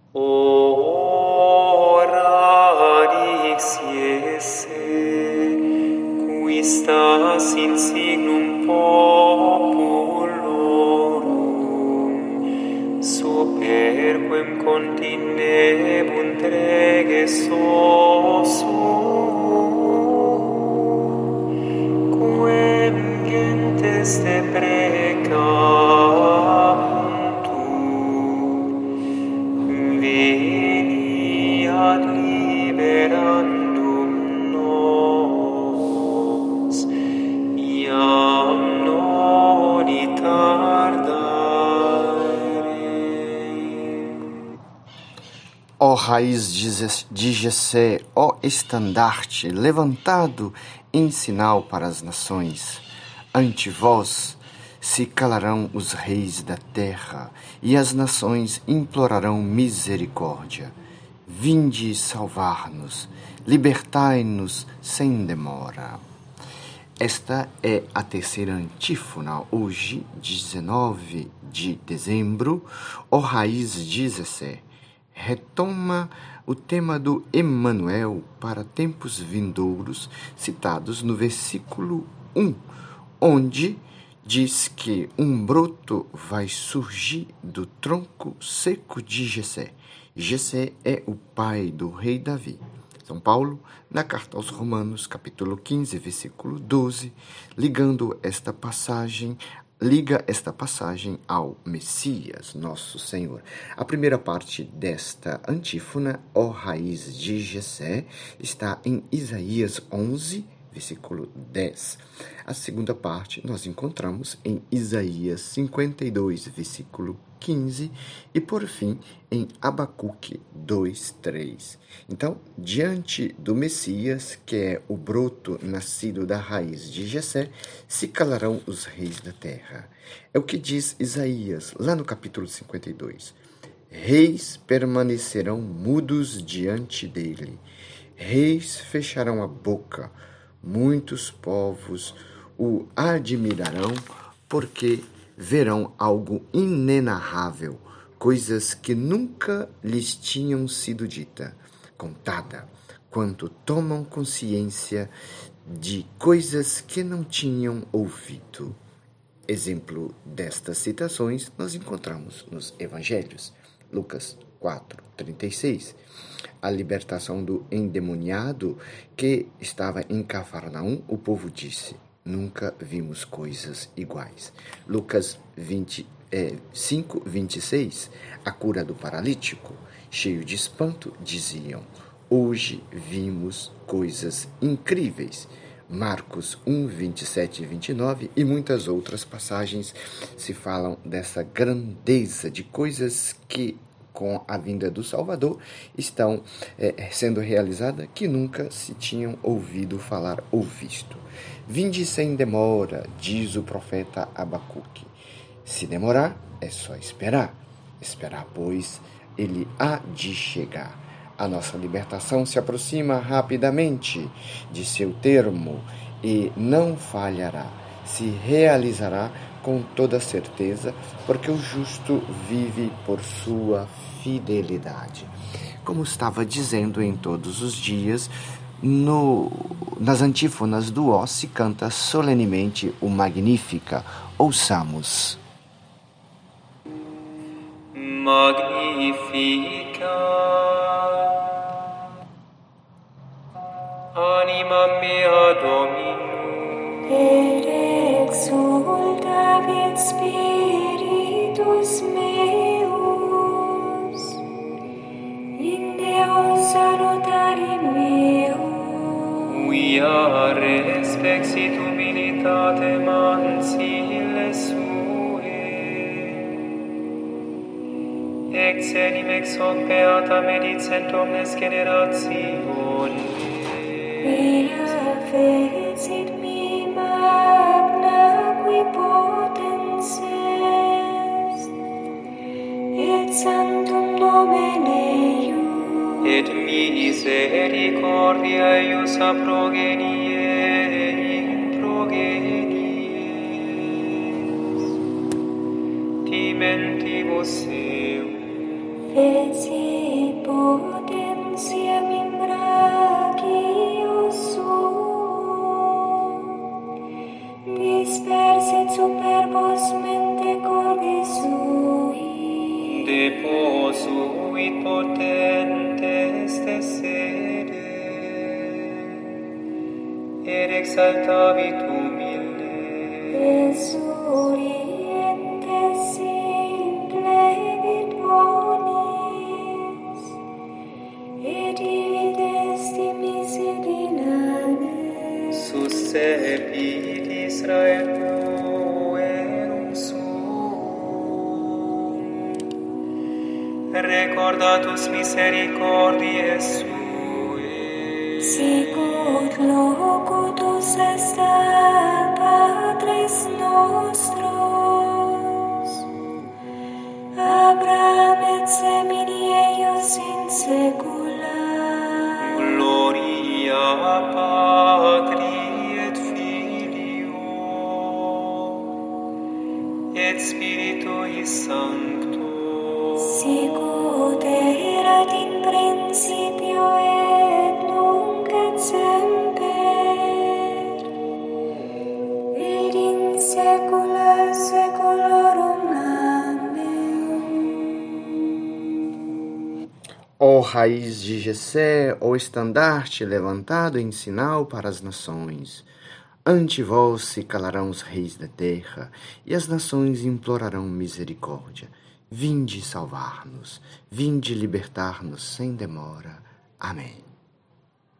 Ora dixiesse, qui stas in signum populorum, superquem continebunt reges ossum, quem gentes deprecabunt, veni ad liberandum nos, iam nodi tardare. Ó raiz de Jessé, ó estandarte, levantado em sinal para as nações, ante vós se calarão os reis da terra, e as nações implorarão misericórdia. Vinde salvar-nos, libertai-nos sem demora. Esta é a terceira antífona, hoje, 19 de dezembro, ó raiz de Jessé. Retoma o tema do Emanuel para tempos vindouros, citados no versículo 1, onde diz que um broto vai surgir do tronco seco de Jessé. Jessé é o pai do rei Davi. São Paulo, na carta aos Romanos, capítulo 15, versículo 12, liga esta passagem ao Messias, nosso Senhor. A primeira parte desta antífona, ó raiz de Jessé, está em Isaías 11, versículo 10. A segunda parte nós encontramos em Isaías 52, versículo 15 e, por fim, em Abacuque 2, 3. Então, diante do Messias, que é o broto nascido da raiz de Jessé, se calarão os reis da terra. É o que diz Isaías, lá no capítulo 52. Reis permanecerão mudos diante dele. Reis fecharão a boca. Muitos povos o admirarão porque verão algo inenarrável, coisas que nunca lhes tinham sido contada, quando tomam consciência de coisas que não tinham ouvido. Exemplo destas citações nós encontramos nos Evangelhos. Lucas 4:36. A libertação do endemoniado que estava em Cafarnaum, o povo disse: nunca vimos coisas iguais. Lucas 5:26. A cura do paralítico, cheio de espanto, diziam: hoje vimos coisas incríveis. Marcos 1:27 e 29 e muitas outras passagens se falam dessa grandeza de coisas que, com a vinda do Salvador, estão sendo realizadas que nunca se tinham ouvido falar ou visto. Vinde sem demora, diz o profeta Abacuque. Se demorar, é só esperar. Esperar, pois, ele há de chegar. A nossa libertação se aproxima rapidamente de seu termo e não falhará. Se realizará com toda certeza, porque o justo vive por sua fidelidade. Como estava dizendo em todos os dias, nas antífonas do Ó se canta solenemente o Magnífica. Ouçamos. Magnifica, anima mea Dominum, et exultavit spiritus meus, in Deo salutari meum, via respexit humilitatem ancille sue, excenim ex hoc beata medicent omnes generationes. Via fecit mi magna qui potens est, et sanctum nomen eius, Et misericordia eius a progenie in progenies, timentibus eum. feci te posuit potentes te sede, et exaltavit humilde. Exurientes implevit bonis, et divides dimisit in ane. Suscepit Israel puerum suum, recordatus misericordiae suae, Sicut locutus est ad Patris nostros, Abraham et semini eius in saecula. gloria Patri et Filio et Spiritui Sancto, Sicut erat in principio et nunc et semper, et in saecula saeculorum. Amen. Ó raiz de Jessé, ó estandarte levantado em sinal para as nações, ante vós se calarão os reis da terra, e as nações implorarão misericórdia. Vinde salvar-nos, vinde libertar-nos sem demora. Amém.